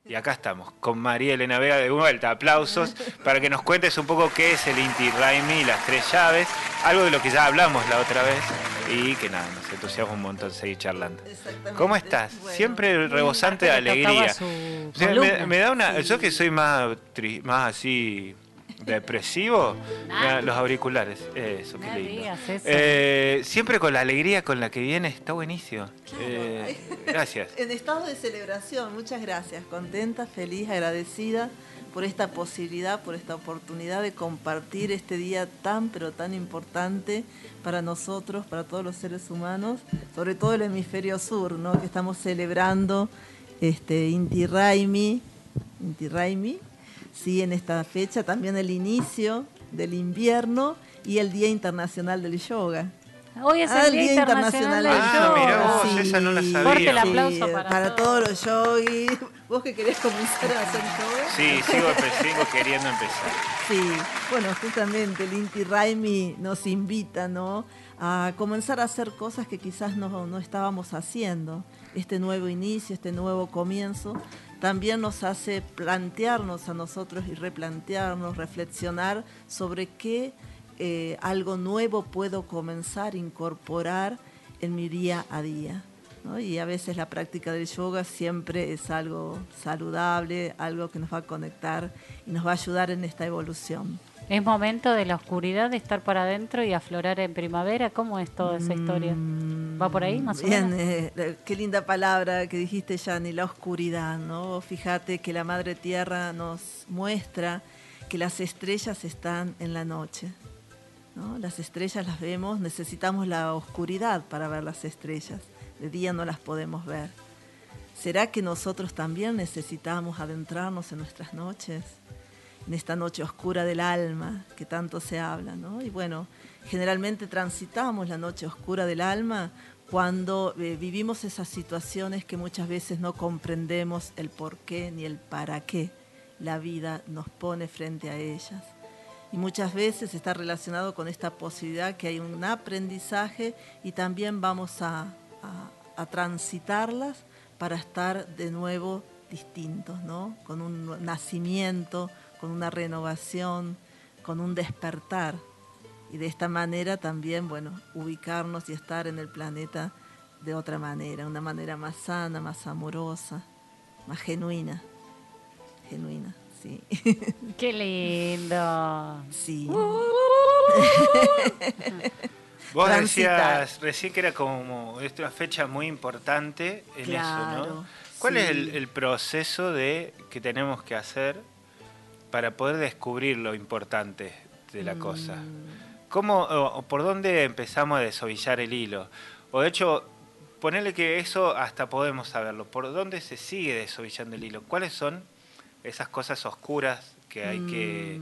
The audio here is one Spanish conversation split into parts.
Y acá estamos, con María Elena Vega de vuelta. Aplausos para que nos cuentes un poco qué es el Inti Raymi y las tres llaves. Algo de lo que ya hablamos la otra vez y que nada, nos entusiasma un montón seguir charlando. Exactamente. ¿Cómo estás? Bueno, Siempre rebosante de alegría. Su O sea, columna. me da una... Sí. Yo que soy más así... depresivo, los auriculares, eso, qué No lindo. digas eso. Siempre con la alegría con la que viene, está buenísimo. Claro. Gracias. En estado de celebración, muchas gracias. Contenta, feliz, agradecida por esta posibilidad, por esta oportunidad de compartir este día tan, pero tan importante para nosotros, para todos los seres humanos, sobre todo el hemisferio sur, ¿no? Que estamos celebrando Inti Raymi, sí, en esta fecha, también el inicio del invierno y el Día Internacional del Yoga. Hoy es el Día Internacional del Yoga. Mirá vos, esa no la sabía. Fuerte el aplauso para todos los yogis. ¿Vos que querés comenzar a hacer yoga? Sí, sigo queriendo empezar. Sí, bueno, justamente el Inti Raymi nos invita, ¿no?, a comenzar a hacer cosas que quizás no estábamos haciendo. Este nuevo inicio, este nuevo comienzo, también nos hace plantearnos a nosotros y replantearnos, reflexionar sobre qué algo nuevo puedo comenzar a incorporar en mi día a día, ¿no? Y a veces la práctica del yoga siempre es algo saludable, algo que nos va a conectar y nos va a ayudar en esta evolución. ¿Es momento de la oscuridad de estar para adentro y aflorar en primavera? ¿Cómo es toda esa historia? ¿Va por ahí más o menos? Bien, qué linda palabra que dijiste, Yani, la oscuridad, ¿no? Fíjate que la Madre Tierra nos muestra que las estrellas están en la noche, ¿no? Las estrellas las vemos, necesitamos la oscuridad para ver las estrellas. De día no las podemos ver. ¿Será que nosotros también necesitamos adentrarnos en nuestras noches? En esta noche oscura del alma que tanto se habla, ¿no? Y bueno, generalmente transitamos la noche oscura del alma cuando vivimos esas situaciones que muchas veces no comprendemos el por qué ni el para qué la vida nos pone frente a ellas. Y muchas veces está relacionado con esta posibilidad que hay un aprendizaje y también vamos a transitarlas para estar de nuevo distintos, ¿no? Con un nacimiento, con una renovación, con un despertar. Y de esta manera también, bueno, ubicarnos y estar en el planeta de otra manera, una manera más sana, más amorosa, más genuina, sí. ¡Qué lindo! Sí. Vos Transitar. decías recién que era como una fecha muy importante en Claro, eso, ¿no? ¿Cuál sí. es el proceso que tenemos que hacer para poder descubrir lo importante de la cosa? ¿Cómo, o por dónde empezamos a desovillar el hilo? O de hecho, ponerle que eso hasta podemos saberlo. ¿Por dónde se sigue desovillando el hilo? ¿Cuáles son esas cosas oscuras que hay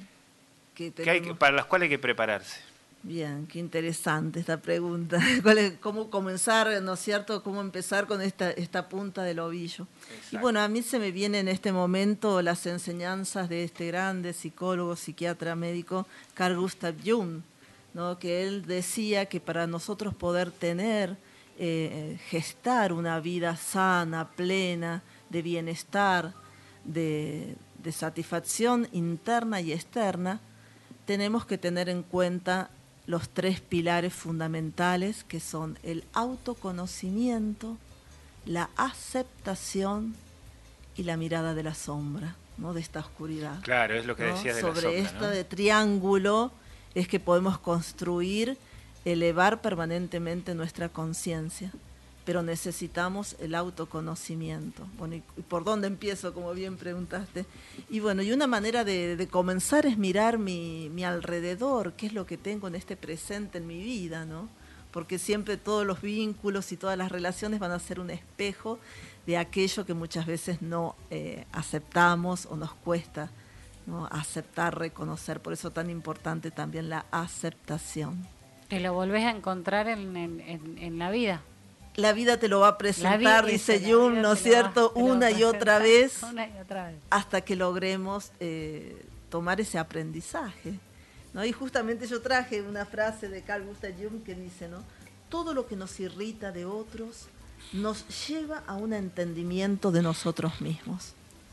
para las cuales hay que prepararse? Bien, qué interesante esta pregunta. ¿Cómo comenzar, no es cierto? ¿Cómo empezar con esta punta del ovillo? Exacto. Y bueno, a mí se me vienen en este momento las enseñanzas de este grande psicólogo, psiquiatra, médico, Carl Gustav Jung, ¿no? Que él decía que para nosotros poder tener, gestar una vida sana, plena, de bienestar, de satisfacción interna y externa, tenemos que tener en cuenta los tres pilares fundamentales que son el autoconocimiento, la aceptación y la mirada de la sombra, ¿no? De esta oscuridad. Claro, es lo que ¿no? decías de la Sobre sombra, este ¿no? de triángulo es que podemos construir, elevar permanentemente nuestra conciencia. Pero necesitamos el autoconocimiento. Bueno, ¿y por dónde empiezo? Como bien preguntaste. Y bueno, y una manera de comenzar es mirar mi alrededor, qué es lo que tengo en este presente en mi vida, ¿no? Porque siempre todos los vínculos y todas las relaciones van a ser un espejo de aquello que muchas veces no aceptamos o nos cuesta, ¿no? Aceptar, reconocer. Por eso tan importante también la aceptación. Que lo volvés a encontrar en la vida. La vida te lo va a presentar, dice Jung, ¿no es cierto? Una y otra vez, hasta que logremos tomar ese aprendizaje, ¿no? Y justamente yo traje una frase de Carl Gustav Jung que dice, ¿no? Todo lo que nos irrita de otros nos lleva a un entendimiento de nosotros mismos.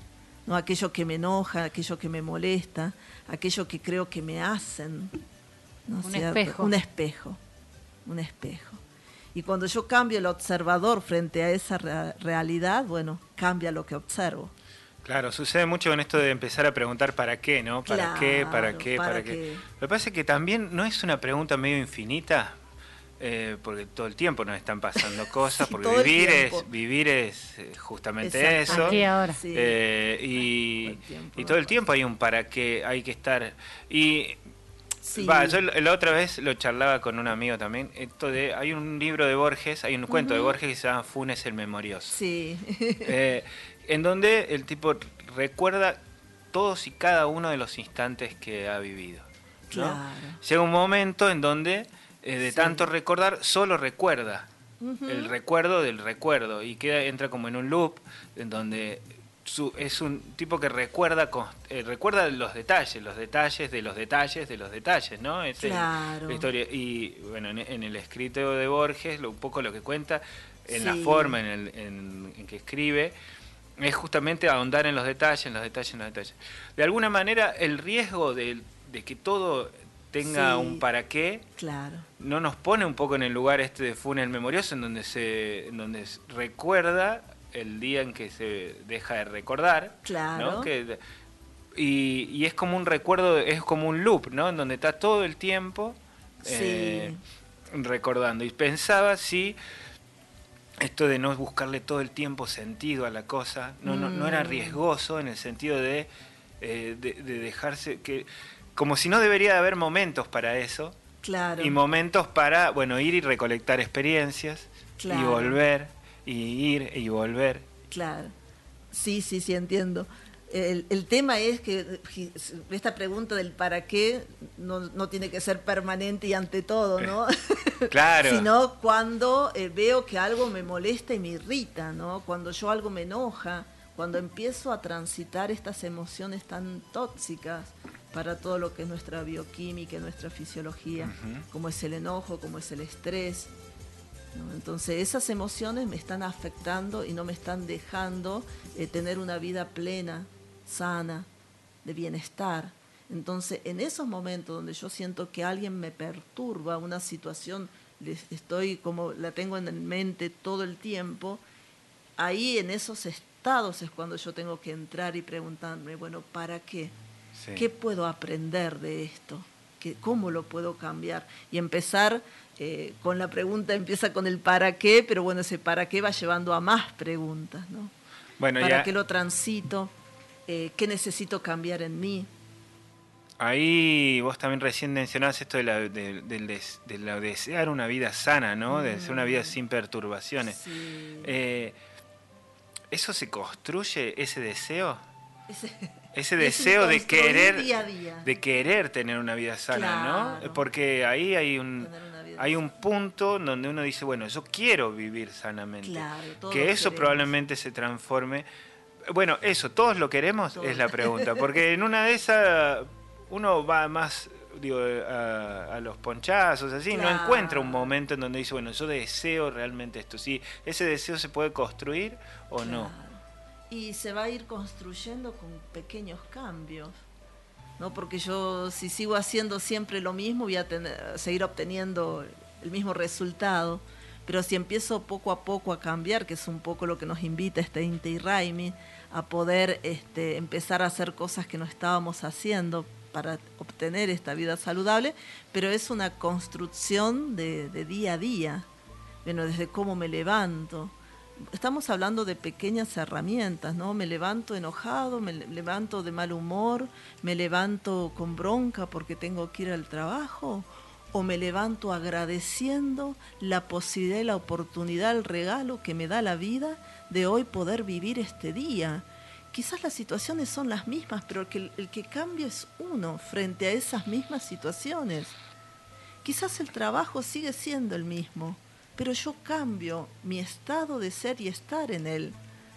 ¿no? Aquello que me enoja, aquello que me molesta, aquello que creo que me hacen. ¿No es cierto? Espejo. Un espejo, un espejo. Y cuando yo cambio el observador frente a esa realidad, bueno, cambia lo que observo. Claro, sucede mucho con esto de empezar a preguntar para qué, ¿no? ¿Para Claro, qué? ¿Para qué? ¿para ¿Para qué? qué? Lo que pasa es que también no es una pregunta medio infinita, porque todo el tiempo nos están pasando cosas, Sí, porque todo el vivir es justamente Exacto. eso. Aquí ahora. Sí. Y todo el tiempo hay un para qué, hay que estar. Y Sí. yo la otra vez lo charlaba con un amigo también, hay un libro de Borges, hay un cuento de Borges que se llama Funes el Memorioso. Sí. En donde el tipo recuerda todos y cada uno de los instantes que ha vivido, ¿no? Claro. Llega un momento en donde de Sí. tanto recordar solo recuerda el recuerdo del recuerdo y entra como en un loop en donde es un tipo que recuerda los detalles de los detalles, ¿no? Claro. La historia. Y bueno, en el escrito de Borges, un poco lo que cuenta, en la Sí. forma en que escribe, es justamente ahondar en los detalles, en los detalles, en los detalles. De alguna manera, el riesgo de que todo tenga Sí. un para qué, Claro. no nos pone un poco en el lugar de Funes el Memorioso, en donde recuerda el día en que se deja de recordar, Claro. ¿no? Y es como un recuerdo, es como un loop, ¿no? En donde está todo el tiempo Sí. recordando. Y pensaba si esto de no buscarle todo el tiempo sentido a la cosa, no era riesgoso en el sentido de dejarse como si no debería de haber momentos para eso. Claro. Y momentos para, bueno, ir y recolectar experiencias, Claro. y volver, y ir y volver. Claro. Sí, entiendo. El tema es que esta pregunta del para qué no tiene que ser permanente y ante todo, ¿no? Claro. Sino cuando veo que algo me molesta y me irrita, ¿no? Cuando yo algo me enoja, cuando empiezo a transitar estas emociones tan tóxicas para todo lo que es nuestra bioquímica, nuestra fisiología, como es el enojo, como es el estrés, ¿no? Entonces esas emociones me están afectando y no me están dejando tener una vida plena, sana, de bienestar. Entonces en esos momentos donde yo siento que alguien me perturba, una situación, estoy como la tengo en mente todo el tiempo, ahí en esos estados es cuando yo tengo que entrar y preguntarme, bueno, ¿para qué? Sí. ¿Qué puedo aprender de esto? ¿Cómo lo puedo cambiar? Y empezar con la pregunta, empieza con el para qué, pero bueno, ese para qué va llevando a más preguntas, ¿no? Bueno, ¿Para qué lo transito? ¿Qué necesito cambiar en mí? Ahí vos también recién mencionabas esto de la desear una vida sana, ¿no? De ser una vida sin perturbaciones. Sí. ¿Eso se construye, ese deseo? Ese Es deseo de construir querer, día a día. de querer tener una vida sana, ¿no? Claro. Porque ahí hay un Tener una vida punto donde uno dice, bueno, yo quiero vivir sanamente. Claro, todos que lo eso queremos. probablemente se transforme. Bueno, eso, ¿todos lo queremos? Todos. Es la pregunta. Porque en una de esas uno va más, digo, a los ponchazos, así, Claro. no encuentra un momento en donde dice, bueno, yo deseo realmente esto. ¿Sí? ¿Ese deseo se puede construir o no? Claro. Y se va a ir construyendo con pequeños cambios, ¿no? Porque yo, si sigo haciendo siempre lo mismo, voy a seguir obteniendo el mismo resultado. Pero si empiezo poco a poco a cambiar, que es un poco lo que nos invita este Inti Raymi, a poder empezar a hacer cosas que no estábamos haciendo para obtener esta vida saludable, pero es una construcción de día a día, bueno, desde cómo me levanto. Estamos hablando de pequeñas herramientas, ¿no? Me levanto enojado, me levanto de mal humor, me levanto con bronca porque tengo que ir al trabajo, o me levanto agradeciendo la posibilidad y la oportunidad, el regalo que me da la vida de hoy poder vivir este día. Quizás las situaciones son las mismas, pero el que cambia es uno frente a esas mismas situaciones. Quizás el trabajo sigue siendo el mismo, pero yo cambio mi estado de ser y estar en él,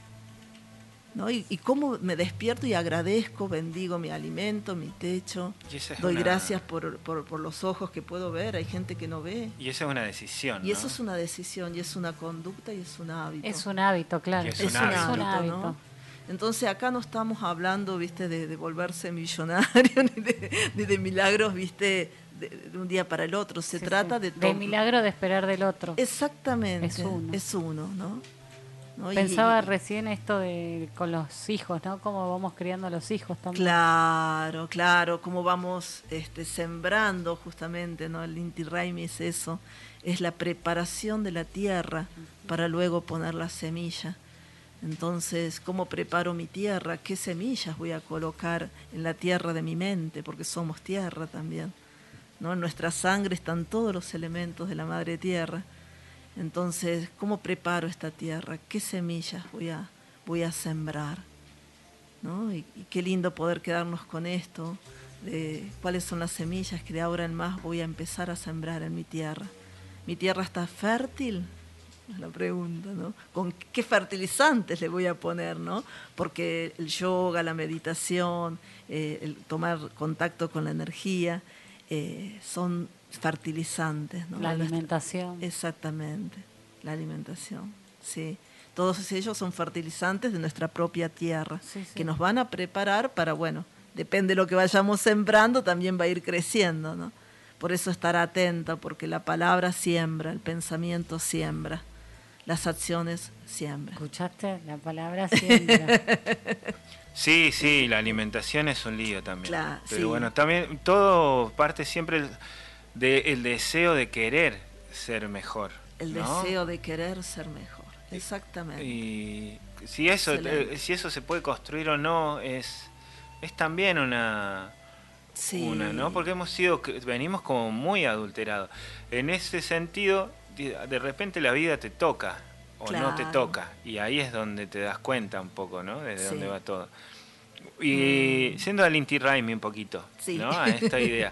¿no? Y cómo me despierto y agradezco, bendigo mi alimento, mi techo, doy gracias por los ojos que puedo ver, hay gente que no ve. Y esa es una decisión, Y ¿no? eso es una decisión, y es una conducta, y es un hábito. Es un hábito, claro. Y es Es un un hábito. hábito, hábito. ¿no? Entonces acá no estamos hablando, viste, de volverse millonario ni de milagros, viste, de un día para el otro. Se trata de de milagro de esperar del otro. Exactamente. Es uno, ¿no? ¿No? Pensaba recién esto de con los hijos, ¿no? Cómo vamos criando a los hijos también. Claro, cómo vamos sembrando justamente, ¿no? El Inti Raymi es eso, es la preparación de la tierra para luego poner la semilla. Entonces, ¿cómo preparo mi tierra? ¿Qué semillas voy a colocar en la tierra de mi mente? Porque somos tierra también, ¿no? En nuestra sangre están todos los elementos de la madre tierra. Entonces, ¿cómo preparo esta tierra? ¿Qué semillas voy a sembrar? ¿No? Y qué lindo poder quedarnos con esto, de cuáles son las semillas que de ahora en más voy a empezar a sembrar en mi tierra. ¿Mi tierra está fértil? Es la pregunta, ¿no? ¿Con qué fertilizantes le voy a poner, no? Porque el yoga, la meditación, el tomar contacto con la energía, son fertilizantes, ¿no? La alimentación. Exactamente, la alimentación, sí. Todos ellos son fertilizantes de nuestra propia tierra, que nos van a preparar para, bueno, depende de lo que vayamos sembrando, también va a ir creciendo, ¿no? Por eso estar atenta, porque la palabra siembra, el pensamiento siembra, las acciones siembran. ¿Escuchaste? La palabra siembra. Sí, la alimentación es un lío también. Claro, pero bueno, también todo parte siempre del deseo de querer ser mejor. El deseo de querer ser mejor, exactamente. Y si eso se puede construir o no, es también una, ¿no? Porque venimos como muy adulterados. En ese sentido, de repente la vida te toca o no te toca, y ahí es donde te das cuenta un poco, ¿no? Desde dónde va todo. Y siendo al Inti Raymi un poquito, ¿no? A esta idea.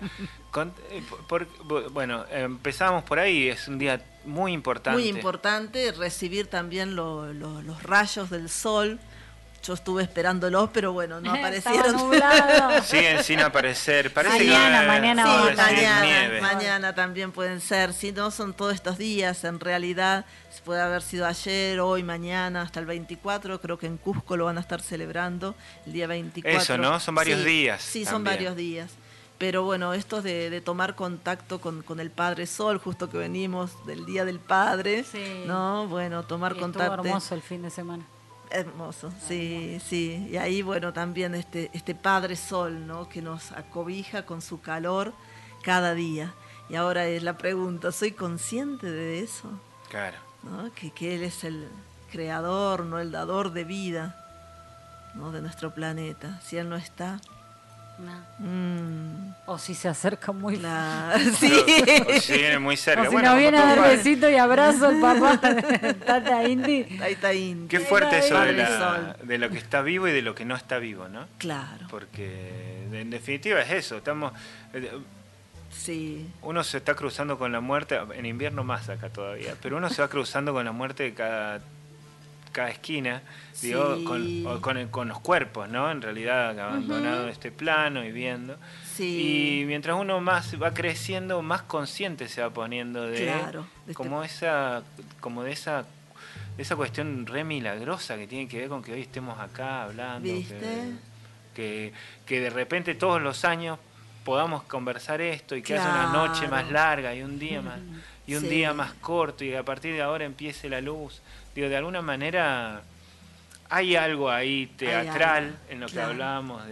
Bueno, empezamos por ahí, es un día muy importante. Muy importante recibir también los rayos del sol. Yo estuve esperándolos, pero bueno, no aparecieron. Siguen sin aparecer. Parece mañana también pueden ser. Si no, son todos estos días. En realidad, puede haber sido ayer, hoy, mañana, hasta el 24. Creo que en Cusco lo van a estar celebrando el día 24. Eso, ¿no? Son varios días. Sí, son varios días. Pero bueno, esto de tomar contacto con el Padre Sol, justo que venimos del Día del Padre, ¿no? Bueno, tomar contacto. Estuvo hermoso el fin de semana. Hermoso, sí. Y ahí, bueno, también este Padre Sol, ¿no? Que nos acobija con su calor cada día. Y ahora es la pregunta, ¿soy consciente de eso? Claro. ¿No? Que Él es el creador, ¿no? El dador de vida, ¿no? De nuestro planeta. Si Él no está... No. O si se acerca muy sí. O si viene muy cerca. O si nos viene a dar besito y abrazo el papá Tata Inti. Qué fuerte eso de lo que está vivo y de lo que no está vivo, ¿no? Claro. Porque en definitiva es eso. Uno se está cruzando con la muerte, en invierno más acá todavía, pero uno se va cruzando con la muerte de cada esquina, digo, con los cuerpos, ¿no? En realidad abandonado este plano y viendo. Y mientras uno más va creciendo, más consciente se va poniendo de esa cuestión re milagrosa que tiene que ver con que hoy estemos acá hablando, que de repente todos los años podamos conversar esto y que haya una noche más larga y un día más y un día más corto, y a partir de ahora empiece la luz. Digo, de alguna manera hay algo ahí teatral en lo que hablábamos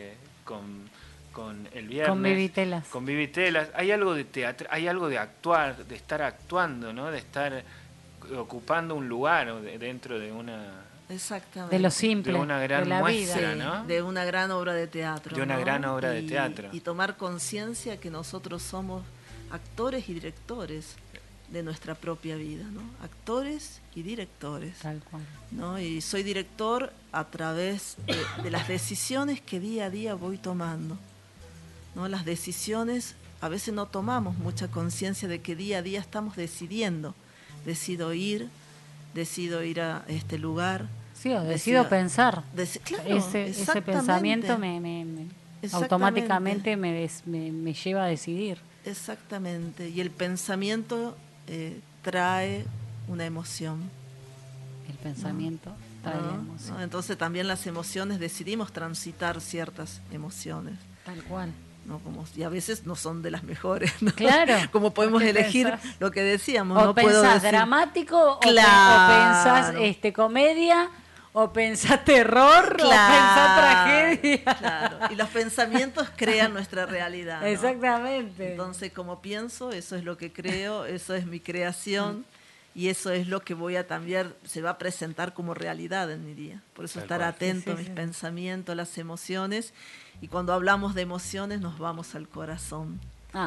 con el viernes. Con Vivitelas. Hay algo de teatro, hay algo de actuar, de estar actuando, ¿no? De estar ocupando un lugar dentro de una... Exactamente. De lo simple, de una gran muestra, vida, ¿no? De una gran obra de teatro. De una gran obra de teatro. Y tomar conciencia que nosotros somos actores y directores de nuestra propia vida, ¿no? Actores y directores. Tal cual. ¿No? Y soy director a través de las decisiones que día a día voy tomando, ¿no? Las decisiones, a veces no tomamos mucha conciencia de que día a día estamos decidiendo. Decido ir a este lugar. Sí, o decido pensar. Claro, ese pensamiento me automáticamente me lleva a decidir. Exactamente. Y el pensamiento trae una emoción. El pensamiento Trae la emoción. ¿no? Entonces también las emociones, decidimos transitar ciertas emociones. Tal cual. ¿No? Y a veces no son de las mejores, ¿no? Claro. Como podemos ¿Qué elegir pensás? lo que decíamos. O No puedo pensás decir, dramático, claro, o pensás comedia, o pensás terror, o pensás tragedia. claro. Y los pensamientos crean nuestra realidad, ¿no? Exactamente. Entonces, como pienso, eso es lo que creo, eso es mi creación. Y eso es lo que voy a también, se va a presentar como realidad en mi día. Por eso Tal estar cual. atento a Sí, mis sí. pensamientos, las emociones. Y cuando hablamos de emociones nos vamos al corazón.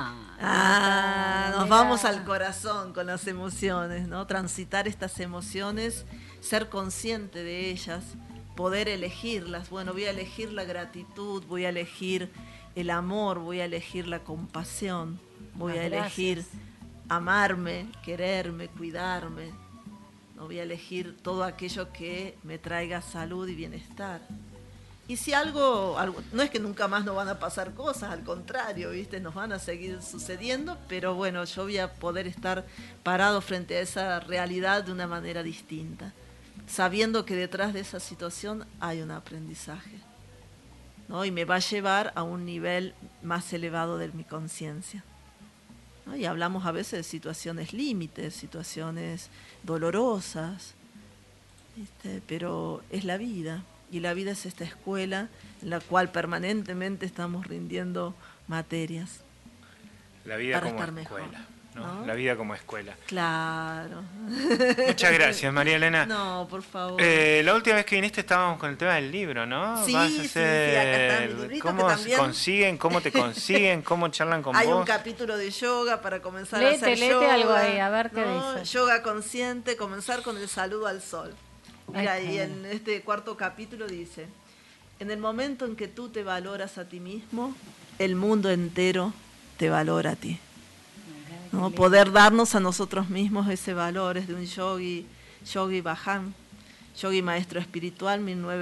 Nos vamos al corazón con las emociones, ¿no? Transitar estas emociones, ser consciente de ellas, poder elegirlas. Bueno, voy a elegir la gratitud, voy a elegir el amor, voy a elegir la compasión, voy a elegir amarme, quererme, cuidarme. No voy a elegir todo aquello que me traiga salud y bienestar. Y si algo, no es que nunca más no van a pasar cosas, al contrario, ¿viste? Nos van a seguir sucediendo, pero bueno, yo voy a poder estar parado frente a esa realidad de una manera distinta, sabiendo que detrás de esa situación hay un aprendizaje, ¿no? Y me va a llevar a un nivel más elevado de mi conciencia, ¿no? Y hablamos a veces de situaciones límites, situaciones dolorosas, ¿viste? Pero es la vida. Y la vida es esta escuela en la cual permanentemente estamos rindiendo materias. La vida para como estar escuela, mejor, ¿no? ¿no? La vida como escuela. Claro. Muchas gracias, María Elena. No, por favor. La última vez que viniste estábamos con el tema del libro, ¿no? Vas a Sí, acá está mi librito, ¿Cómo que también consiguen? ¿Cómo te consiguen? ¿Cómo charlan con hay vos? un capítulo de yoga para comenzar a Léete, hacer léete yoga, algo ahí, a ver qué ¿no? dice. Yoga consciente, comenzar con el saludo al sol. Mira, Ahí está, y en este cuarto capítulo dice: en el momento en que tú te valoras a ti mismo, el mundo entero te valora a ti. ¿No? Poder darnos a nosotros mismos ese valor es de un yogi Bhajan, yogi maestro espiritual,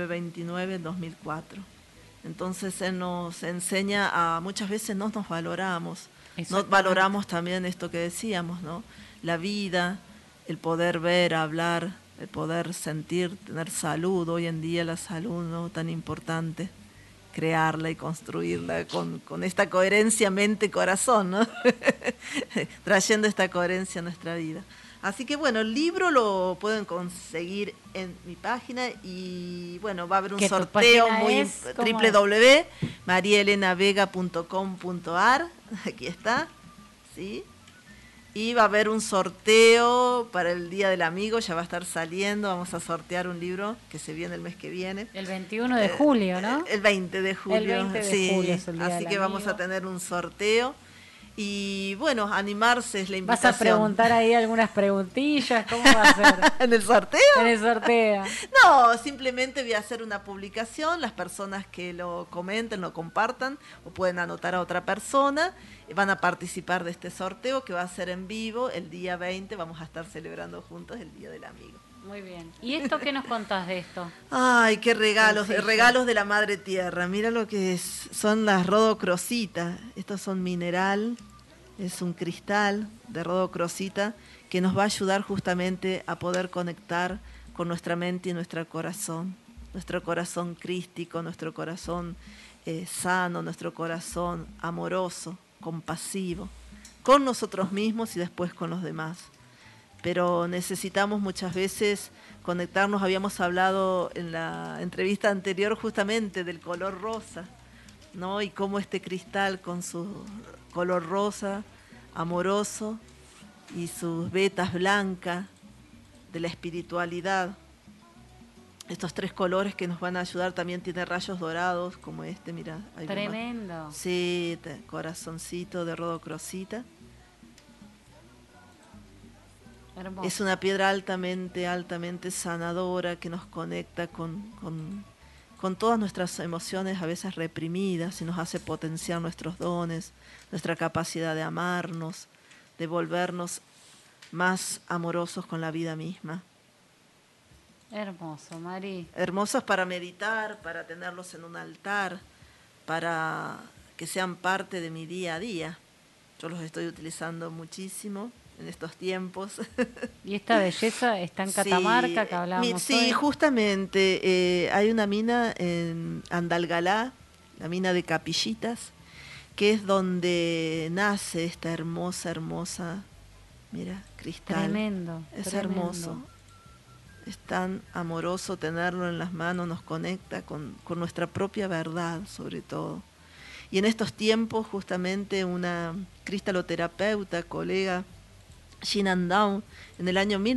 1929-2004. Entonces él nos enseña a, muchas veces no nos valoramos, no valoramos también esto que decíamos, ¿no? La vida, el poder ver, hablar, el poder sentir, tener salud, hoy en día la salud, ¿no? Tan importante, crearla y construirla con esta coherencia mente-corazón, ¿no? Trayendo esta coherencia a nuestra vida. Así que bueno, el libro lo pueden conseguir en mi página y bueno, va a haber un sorteo muy www.mariaelenavega.com.ar, aquí está, ¿sí? Y va a haber un sorteo para el Día del Amigo, ya va a estar saliendo, vamos a sortear un libro que se viene el mes que viene. El 21 de julio, ¿no? El 20 de julio. El 20 de julio es el Día así del que vamos Amigo. a tener un sorteo. Y bueno, animarse es la invitación. ¿Vas a preguntar ahí algunas preguntillas? ¿Cómo va a ser? ¿En el sorteo? En el sorteo. No, simplemente voy a hacer una publicación, las personas que lo comenten, lo compartan, o pueden anotar a otra persona, van a participar de este sorteo que va a ser en vivo el día 20, vamos a estar celebrando juntos el Día del Amigo. Muy bien. ¿Y esto qué nos contás de esto? Ay, qué regalos, Sencillo. regalos de la Madre Tierra. Mira lo que es, son las rodocrositas. Estos son mineral, es un cristal de rodocrosita que nos va a ayudar justamente a poder conectar con nuestra mente y nuestro corazón crístico, nuestro corazón sano, nuestro corazón amoroso, compasivo, con nosotros mismos y después con los demás. Pero necesitamos muchas veces conectarnos, habíamos hablado en la entrevista anterior justamente del color rosa, ¿no? Y cómo este cristal con su color rosa, amoroso, y sus vetas blancas de la espiritualidad, estos tres colores que nos van a ayudar, también tiene rayos dorados como este, mira. Tremendo. Sí, corazoncito de rodocrosita. Hermoso. Es una piedra altamente sanadora que nos conecta con todas nuestras emociones a veces reprimidas y nos hace potenciar nuestros dones, nuestra capacidad de amarnos, de volvernos más amorosos con la vida misma. Hermoso, Mari. Hermosos para meditar, para tenerlos en un altar, para que sean parte de mi día a día. Yo los estoy utilizando muchísimo en estos tiempos. ¿Y esta belleza está en Catamarca, Sí, que hablábamos sí, hoy? justamente hay una mina en Andalgalá, la mina de Capillitas, que es donde nace esta hermosa, mira, cristal. Tremendo. Es tremendo. hermoso. Es tan amoroso tenerlo en las manos, nos conecta con nuestra propia verdad, sobre todo. Y en estos tiempos, justamente, una cristaloterapeuta, colega, Shannon Down, en el año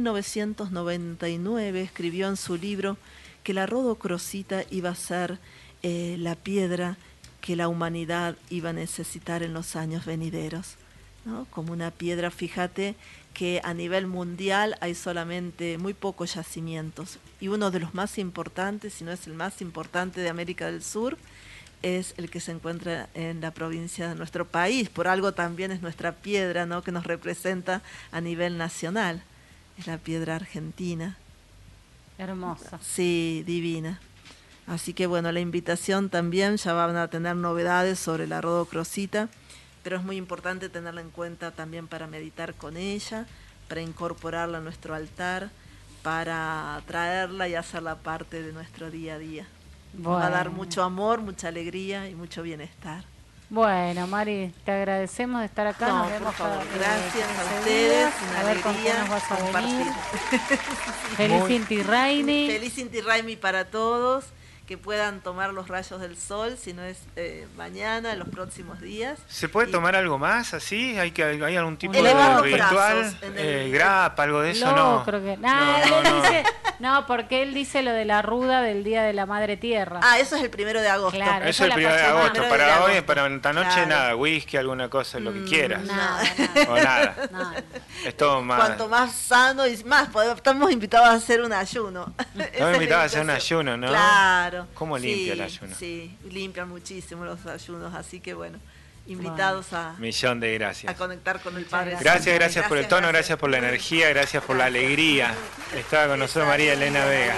1999, escribió en su libro que la rodocrosita iba a ser la piedra que la humanidad iba a necesitar en los años venideros, ¿no? Como una piedra, fíjate que a nivel mundial hay solamente muy pocos yacimientos y uno de los más importantes, si no es el más importante de América del Sur, es el que se encuentra en la provincia de nuestro país. Por algo también es nuestra piedra, ¿no?, que nos representa a nivel nacional. Es la piedra argentina. Hermosa. Sí, divina. Así que bueno, la invitación también, ya van a tener novedades sobre la rodocrosita, pero es muy importante tenerla en cuenta también para meditar con ella, para incorporarla a nuestro altar, para traerla y hacerla parte de nuestro día a día. Bueno. Va a dar mucho amor, mucha alegría y mucho bienestar. Bueno, Mari, te agradecemos de estar acá. No, Nos vemos por favor, cada- gracias a ese ustedes, día. una A ver con qué alegría nos vas a venir. compartir. Feliz Inti Raimi. Feliz Inti Raymi para todos, que puedan tomar los rayos del sol, si no es mañana, en los próximos días. ¿Se puede tomar algo más así? ¿Hay algún tipo Elevar de los ritual? brazos en el- Grapa, algo de eso, No, no. creo que. No, él no. dice. No, porque él dice lo de la ruda del Día de la Madre Tierra. Ah, eso es el 1 de agosto. Claro. Eso esa es la el 1 de pasamos. agosto. Primero Para de hoy, agosto. para esta noche, Claro. nada, whisky, alguna cosa, lo que quieras. Nada, O nada. nada. Es todo más. Cuanto más sano y más, estamos invitados a hacer un ayuno. Esa es la invitados a hacer un invitación. ayuno, ¿no? Claro. ¿Cómo limpia el Sí, ayuno? Sí, limpian muchísimo los ayunos, así que bueno, invitados Millón de a gracias. conectar con el Padre. Gracias, Santo. gracias por el tono, gracias por la energía, gracias por la alegría. Estaba con nosotros María Elena Vega.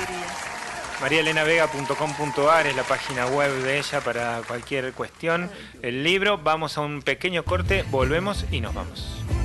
mariaelenavega.com.ar es la página web de ella para cualquier cuestión. El libro, vamos a un pequeño corte, volvemos y nos vamos.